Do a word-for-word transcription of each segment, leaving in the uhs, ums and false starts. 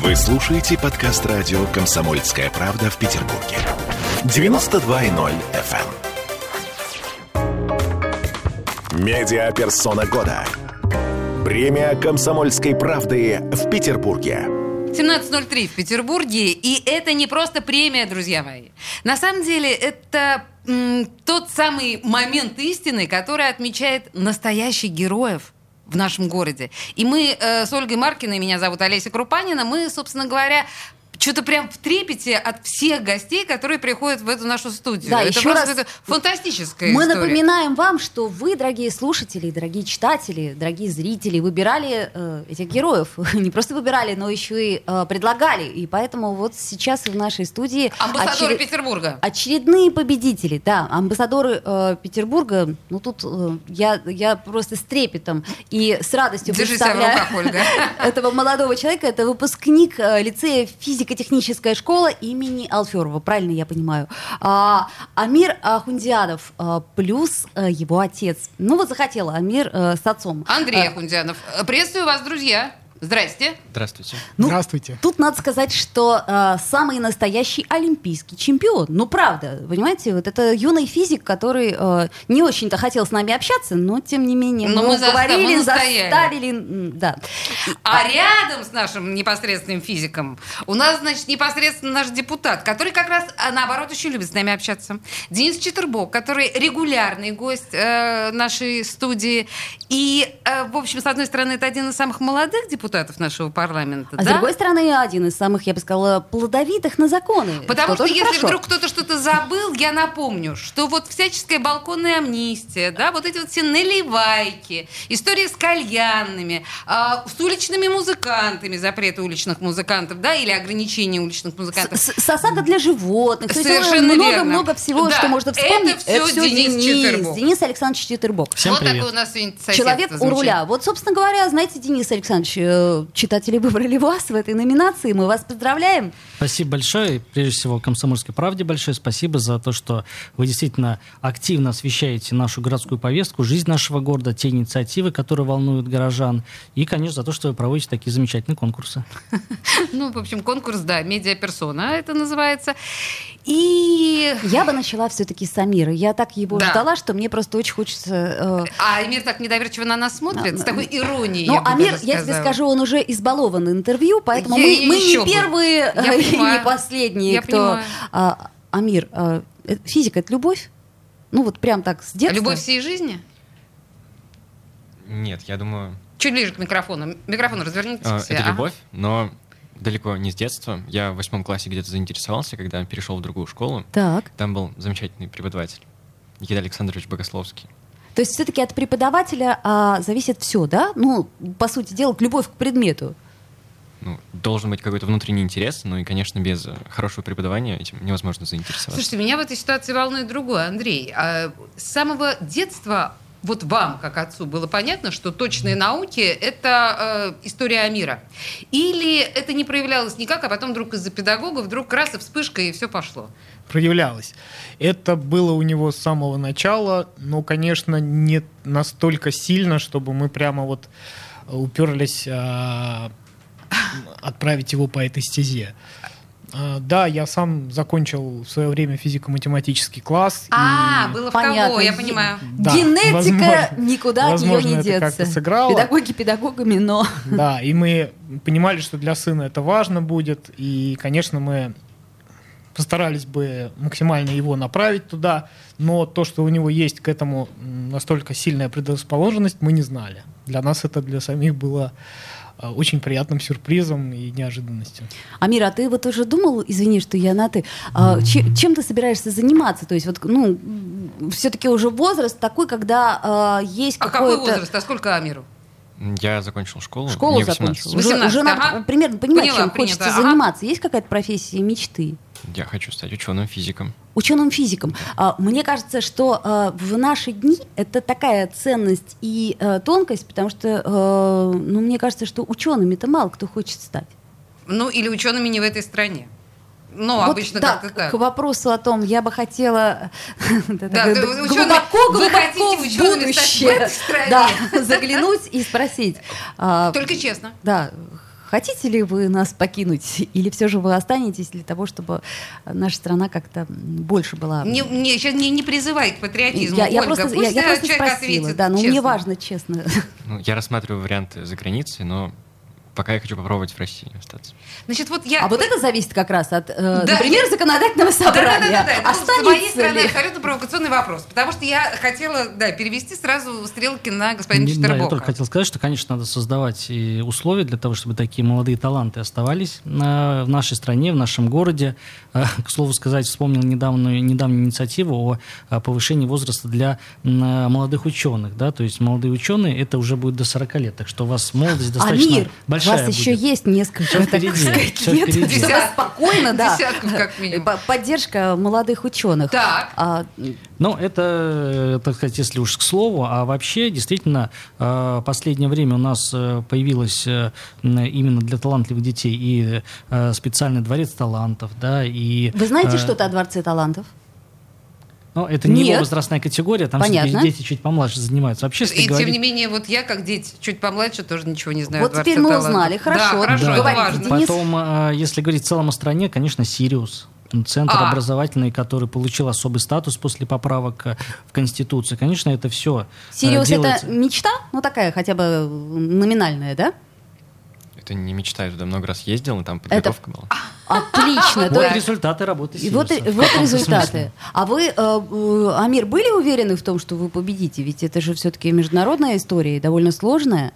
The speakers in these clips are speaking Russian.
Вы слушаете подкаст радио «Комсомольская правда» в Петербурге. девяносто два и ноль эф эм. Медиаперсона года. Премия «Комсомольской правды» в Петербурге. семнадцать ноль три в Петербурге, и это не просто премия, друзья мои. На самом деле, это м, тот самый момент истины, который отмечает настоящих героев в нашем городе. И мы э, с Ольгой Маркиной, меня зовут Олеся Крупанина, мы, собственно говоря, что-то прям в трепете от всех гостей, которые приходят в эту нашу студию. Да, это еще просто раз это фантастическая мы история. напоминаем вам, что вы, дорогие слушатели, дорогие читатели, дорогие зрители, выбирали э, этих героев. Не просто выбирали, но еще и э, предлагали. И поэтому вот сейчас в нашей студии... Амбассадоры очеред... Петербурга. Очередные победители, да. Амбассадоры э, Петербурга. Ну тут э, я, я просто с трепетом и с радостью Держи себя в представляю руках, Ольга. этого молодого человека. Это выпускник э, лицея физико-техническая школа имени Алферова, правильно я понимаю. А, Амир Ахундианов а, плюс а, его отец. Ну вот захотел Амир а, с отцом. Андрей А, Ахундианов. Приветствую вас, друзья. Здрасте. Здравствуйте. Ну, Здравствуйте. Тут надо сказать, что э, самый настоящий олимпийский чемпион. Ну, правда, понимаете, вот это юный физик, который э, не очень-то хотел с нами общаться, но тем не менее Но мы мы заста- уговорили, мы настояли. заставили, м, да. А рядом с нашим непосредственным физиком у нас, значит, непосредственно наш депутат, который как раз, а, наоборот, очень любит с нами общаться. Денис Четербок, который регулярный гость э, нашей студии. И, э, в общем, с одной стороны, это один из самых молодых депутатов нашего парламента. А да? с другой стороны, один из самых, я бы сказала, плодовитых на законы. Потому что, тоже если хорошо. вдруг кто-то что-то забыл, я напомню, что вот всяческая балконная амнистия, да, вот эти вот все наливайки, истории с кальянными, а, с уличными музыкантами, запреты уличных музыкантов, да, или ограничения уличных музыкантов. С- с- ОСАГО для животных. То есть Совершенно верно. много-много всего, Да, что можно вспомнить. это всё Денис Четербок. Денис Александрович Четербок. Всем вот привет. такой у нас сегодня соседство Человек у замечательное. руля. Вот, собственно говоря, знаете, Денис Александрович, э, читатели выбрали вас в этой номинации. Мы вас поздравляем. Спасибо большое. И, прежде всего, «Комсомольской правде» большое спасибо за то, что вы действительно активно освещаете нашу городскую повестку, жизнь нашего города, те инициативы, которые волнуют горожан. И, конечно, за то, что вы проводите такие замечательные конкурсы. Ну, в общем, конкурс, да, медиаперсона это называется. И... Я бы начала все-таки с Амира. Я так его Да. ждала, что мне просто очень хочется... э, А Амир так недоверчиво на нас смотрит, А, с такой иронией, Ну, я бы Амир, даже я тебе сказала. скажу, он уже избалован интервью, поэтому Я- мы, я мы еще не бы. первые Я э, и понимаю. не последние, Я кто... понимаю. А, Амир, а, э, физика — это любовь? Ну, вот прям так, с детства? Любовь всей жизни? Нет, я думаю, Чуть ближе к микрофону. Микрофон разверните э, к себе. это Ага. любовь, но далеко не с детства. Я в восьмом классе где-то заинтересовался, когда перешел в другую школу. Так. Там был замечательный преподаватель Никита Александрович Богословский. То есть все-таки от преподавателя а, зависит все, да? Ну, по сути дела, любовь к предмету. Ну, должен быть какой-то внутренний интерес, ну и, конечно, без э, хорошего преподавания этим невозможно заинтересоваться. Слушайте, меня в этой ситуации волнует другое, Андрей. А с самого детства вот вам, как отцу, было понятно, что точные науки — это э, история Амира? Или это не проявлялось никак, а потом вдруг из-за педагога вдруг раз и вспышка, и все пошло? Проявлялось. Это было у него с самого начала, но, конечно, не настолько сильно, чтобы мы прямо вот уперлись а, отправить его по этой стезе. А, да, я сам закончил в свое время физико-математический класс. А, и- было в Понятно. кого, я понимаю. Да, Генетика возможно. никуда Возможно, от нее не это деться. как-то сыграло. Педагоги педагогами, но... Да, и мы понимали, что для сына это важно будет, и, конечно, мы постарались бы максимально его направить туда, но то, что у него есть к этому м, настолько сильная предрасположенность, мы не знали. Для нас это для самих было э, очень приятным сюрпризом и неожиданностью. Амир, а ты вот уже думал, извини, что я на ты, а, че- чем ты собираешься заниматься? То есть вот, ну, все-таки уже возраст такой, когда а, есть А какой какой-то... возраст? А сколько Амиру? Я закончил школу. Школу мне восемнадцать. закончил. Уже, восемнадцать, уже надо ага. примерно понимать, Поняла, чем принято, хочется ага. заниматься. Есть какая-то профессия мечты? Я хочу стать ученым-физиком. Ученым-физиком. А, мне кажется, что а, в наши дни это такая ценность и а, тонкость, потому что, а, ну, мне кажется, что учеными-то мало кто хочет стать. Ну, или учеными не в этой стране. Ну, Вот, обычно да, как-то так. к вопросу о том, я бы хотела Да, ты ученый- глубоко, вы глубоко хотите в учеными стать в будущее этой стране? да, заглянуть и спросить. а, Только честно. Да, хотите ли вы нас покинуть, или все же вы останетесь для того, чтобы наша страна как-то больше была... Не, не, сейчас не, не призывай к патриотизму, Я, я Ольга. просто, Пусть я, я просто человек спросила, ответит да, но честно. мне важно, честно. Ну, я рассматриваю варианты за границей, но пока я хочу попробовать в России остаться. Значит, вот я... А вот это зависит как раз от, э, Да, например, я- законодательного собрания. Да-да-да, это с моей Останется стороны ли? абсолютно провокационный вопрос, потому что я хотела, да, перевести сразу стрелки на господина Да, я Четербока. только хотел сказать, что, конечно, надо создавать и условия для того, чтобы такие молодые таланты оставались э, в нашей стране, в нашем городе. Э, К слову сказать, вспомнил недавнюю, недавнюю инициативу о, о повышении возраста для э, молодых ученых. Да? То есть молодые ученые, это уже будет до сорока лет, так что у вас молодость достаточно Амир, у большая вас еще будет. есть несколько, Всё так впереди, сказать, всё лет, впереди. чтобы Десятку. спокойно, да. Десятку, как минимум. П- Поддержка молодых ученых. Так. А, Ну, это, так сказать, если уж к слову, а вообще, действительно, э, последнее время у нас э, появилось э, именно для талантливых детей и э, специальный дворец талантов, да, и... Вы знаете э, что-то о Дворце талантов? Ну, это не Нет. его возрастная категория, там Понятно. все-таки дети чуть помладше занимаются. Вообще, если И говорить... тем не менее, вот я, как дети, чуть помладше, тоже ничего не знаю. Вот о Дворце теперь мы талантов. узнали. Хорошо. Да, хорошо, Да. это Говорите, важно. Денис. Потом, э, если говорить в целом о стране, конечно, Сириус. Центр А. образовательный, который получил особый статус после поправок э, в Конституцию. Конечно, это все Сириус делается... это мечта? Ну, такая хотя бы номинальная, да? Это не мечта, я туда много раз ездил, и там подготовка была. Отлично. Вот То- результаты работы И вот, Сириуса. и в вот каком-то результаты. смысле. А вы, э, э, Амир, были уверены в том, что вы победите? Ведь это же все-таки международная история и довольно сложная.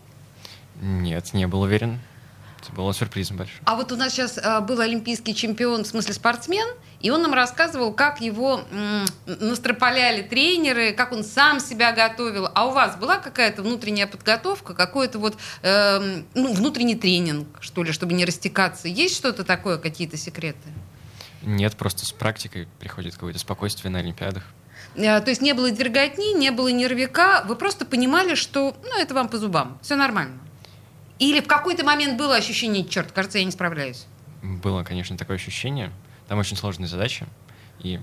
Нет, не был уверен. Это было сюрпризом большим. А вот у нас сейчас а, был олимпийский чемпион, в смысле спортсмен, и он нам рассказывал, как его м, настропаляли тренеры, как он сам себя готовил. А у вас была какая-то внутренняя подготовка, какой-то вот эм, ну, внутренний тренинг, что ли, чтобы не растекаться? Есть что-то такое, какие-то секреты? Нет, просто с практикой приходит какое-то спокойствие на Олимпиадах. Э, То есть не было дерготни, не было нервяка, вы просто понимали, что ну, это вам по зубам, все нормально. Или в какой-то момент было ощущение, черт, кажется, я не справляюсь. Было, конечно, такое ощущение. Там очень сложные задачи. И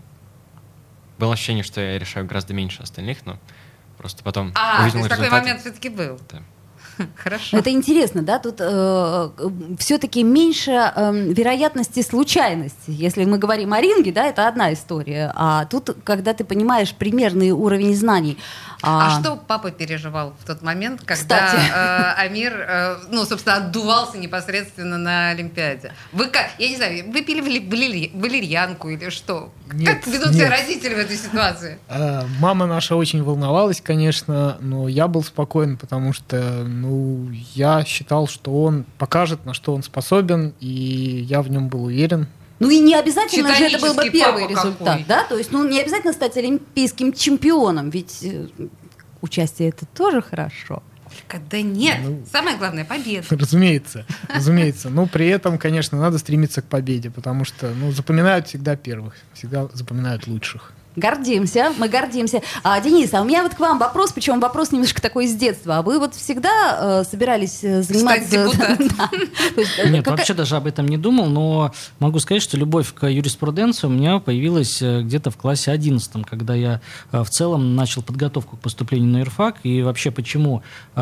было ощущение, что я решаю гораздо меньше остальных, но просто потом А, то увидел есть такой результаты. момент все-таки был. Да. Хорошо. Это интересно, да? Тут э, все-таки меньше э, вероятности случайности. Если мы говорим о ринге, да, это одна история. А тут, когда ты понимаешь примерный уровень знаний. А что папа переживал в тот момент, когда Кстати. э, Амир, э, ну, собственно, отдувался непосредственно на Олимпиаде? Вы, как, я не знаю, вы пили вали- валери- валерьянку или что? Нет, как ведут себя нет. родители в этой ситуации? А, Мама наша очень волновалась, конечно, но я был спокоен, потому что, ну, я считал, что он покажет, на что он способен, и я в нем был уверен. Ну и не обязательно же это был бы Титанический первый папа результат, какой. да? То есть, ну не обязательно стать олимпийским чемпионом, ведь э, участие это тоже хорошо. Да нет, Ну. самое главное — победа. Разумеется, разумеется. Но при этом, конечно, надо стремиться к победе, потому что, ну, запоминают всегда первых, всегда запоминают лучших. Гордимся, мы гордимся. А, Денис, а у меня вот к вам вопрос, причем вопрос немножко такой с детства. А вы вот всегда э, собирались э, заниматься... депутатом. Да. То есть, э, Нет, какая- вообще даже об этом не думал, но могу сказать, что любовь к юриспруденции у меня появилась э, где-то в классе одиннадцатом, когда я э, в целом начал подготовку к поступлению на юрфак. И вообще, почему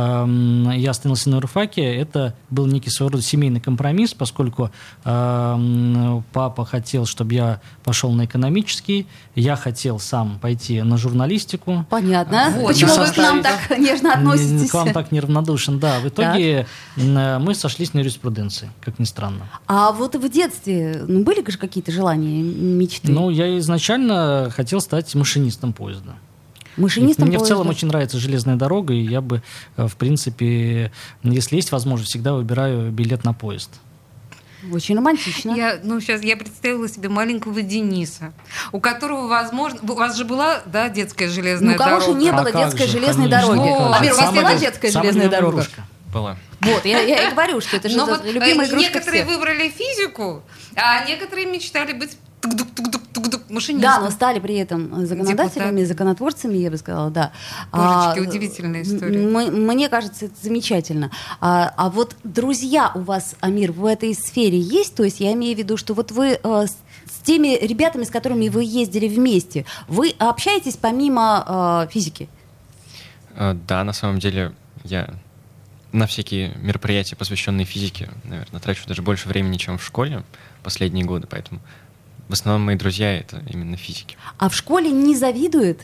эм, я остановился на юрфаке, это был некий своего рода семейный компромисс, поскольку эм, папа хотел, чтобы я пошел на экономический, я хотел сам пойти на журналистику. Понятно. Вот, Почему на вы к нам составе. так нежно относитесь? К вам так неравнодушен, да. В итоге м, мы сошлись на юриспруденции, как ни странно. А вот в детстве ну, были же какие-то желания, мечты? Ну, я изначально хотел стать машинистом поезда. Машинистом Мне в поезда? целом очень нравится железная дорога, и я бы, э, в принципе, если есть возможность, всегда выбираю билет на поезд. Очень романтично. Я, ну, сейчас я представила себе маленького Дениса, у которого, возможно... У вас же была, да, детская железная Ну, кого дорога? же не А было как детской же, железной конечно, дороги? как же. Амир, у вас Самая- была детская самая железная любимая дорога? игрушка. Была. Вот, я, я и говорю, что это же Но за- вот, любимая э, игрушка некоторые всех. выбрали физику, а некоторые мечтали быть тук-дук-тук-дук-тук-дук машинистом. Да, но стали при этом законодателями, Депутаты. законотворцами, я бы сказала, да. Божечки, удивительная история. м- Мне кажется, это замечательно. А, а вот друзья у вас, Амир, в этой сфере есть? То есть я имею в виду, что вот вы э, с, с теми ребятами, с которыми вы ездили вместе, вы общаетесь помимо э, физики? Э, Да, на самом деле я на всякие мероприятия, посвященные физике, наверное, трачу даже больше времени, чем в школе последние годы, поэтому в основном мои друзья — это именно физики. А в школе не завидуют?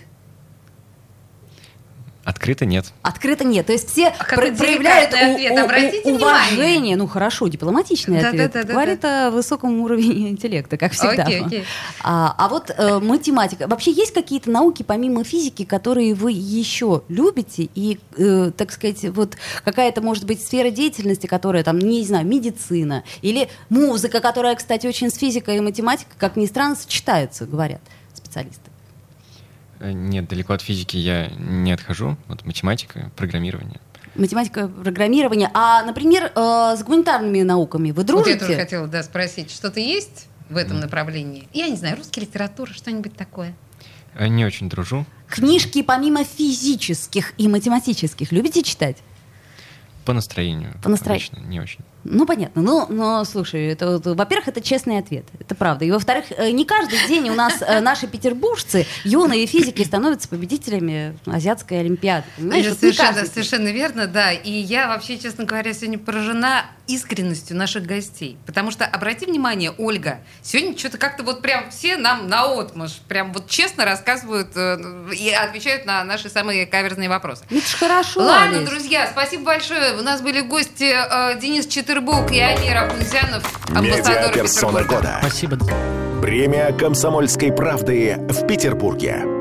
Открыто нет. Открыто нет. То есть все какой про- проявляют деликатный ответ, у- у- обратите у- внимание. уважение. Ну хорошо, дипломатичный Да, ответ. да, да, да, Говорит о высоком уровне интеллекта, как всегда. Окей, окей. А, а вот э, математика. Вообще есть какие-то науки помимо физики, которые вы еще любите? И, э, так сказать, вот какая-то, может быть, сфера деятельности, которая там, не знаю, медицина или музыка, которая, кстати, очень с физикой и математикой, как ни странно, сочетаются, говорят специалисты. Нет, далеко от физики я не отхожу. Вот математика, программирование. Математика, программирование. А, например, э, с гуманитарными науками вы Вот я дружите? тоже хотела, да, спросить, что-то есть в этом направлении? Я не знаю, русская литература, что-нибудь такое? Не очень дружу. Книжки помимо физических и математических любите читать? По настроению. По настроению. Обычно не очень. Ну, понятно. Ну, но, слушай, это, вот, во-первых, это честный ответ. Это правда. И, во-вторых, э, не каждый день у нас э, наши петербуржцы, юные физики, становятся победителями Азиатской Олимпиады. Понимаешь? Это Вот не совершенно, каждый день. совершенно верно, да. И я вообще, честно говоря, сегодня поражена искренностью наших гостей. Потому что, обрати внимание, Ольга, сегодня что-то как-то вот прям все нам наотмашь, прям вот честно рассказывают э, и отвечают на наши самые каверзные вопросы. Ну, это ж хорошо, Ладно, Олесь. друзья, спасибо большое. У нас были гости э, Денис Четырбок и Амир Ахунзянов, амбассадоры Медиаперсона Петербурга. года. Спасибо. Премия «Комсомольской правды» в Петербурге.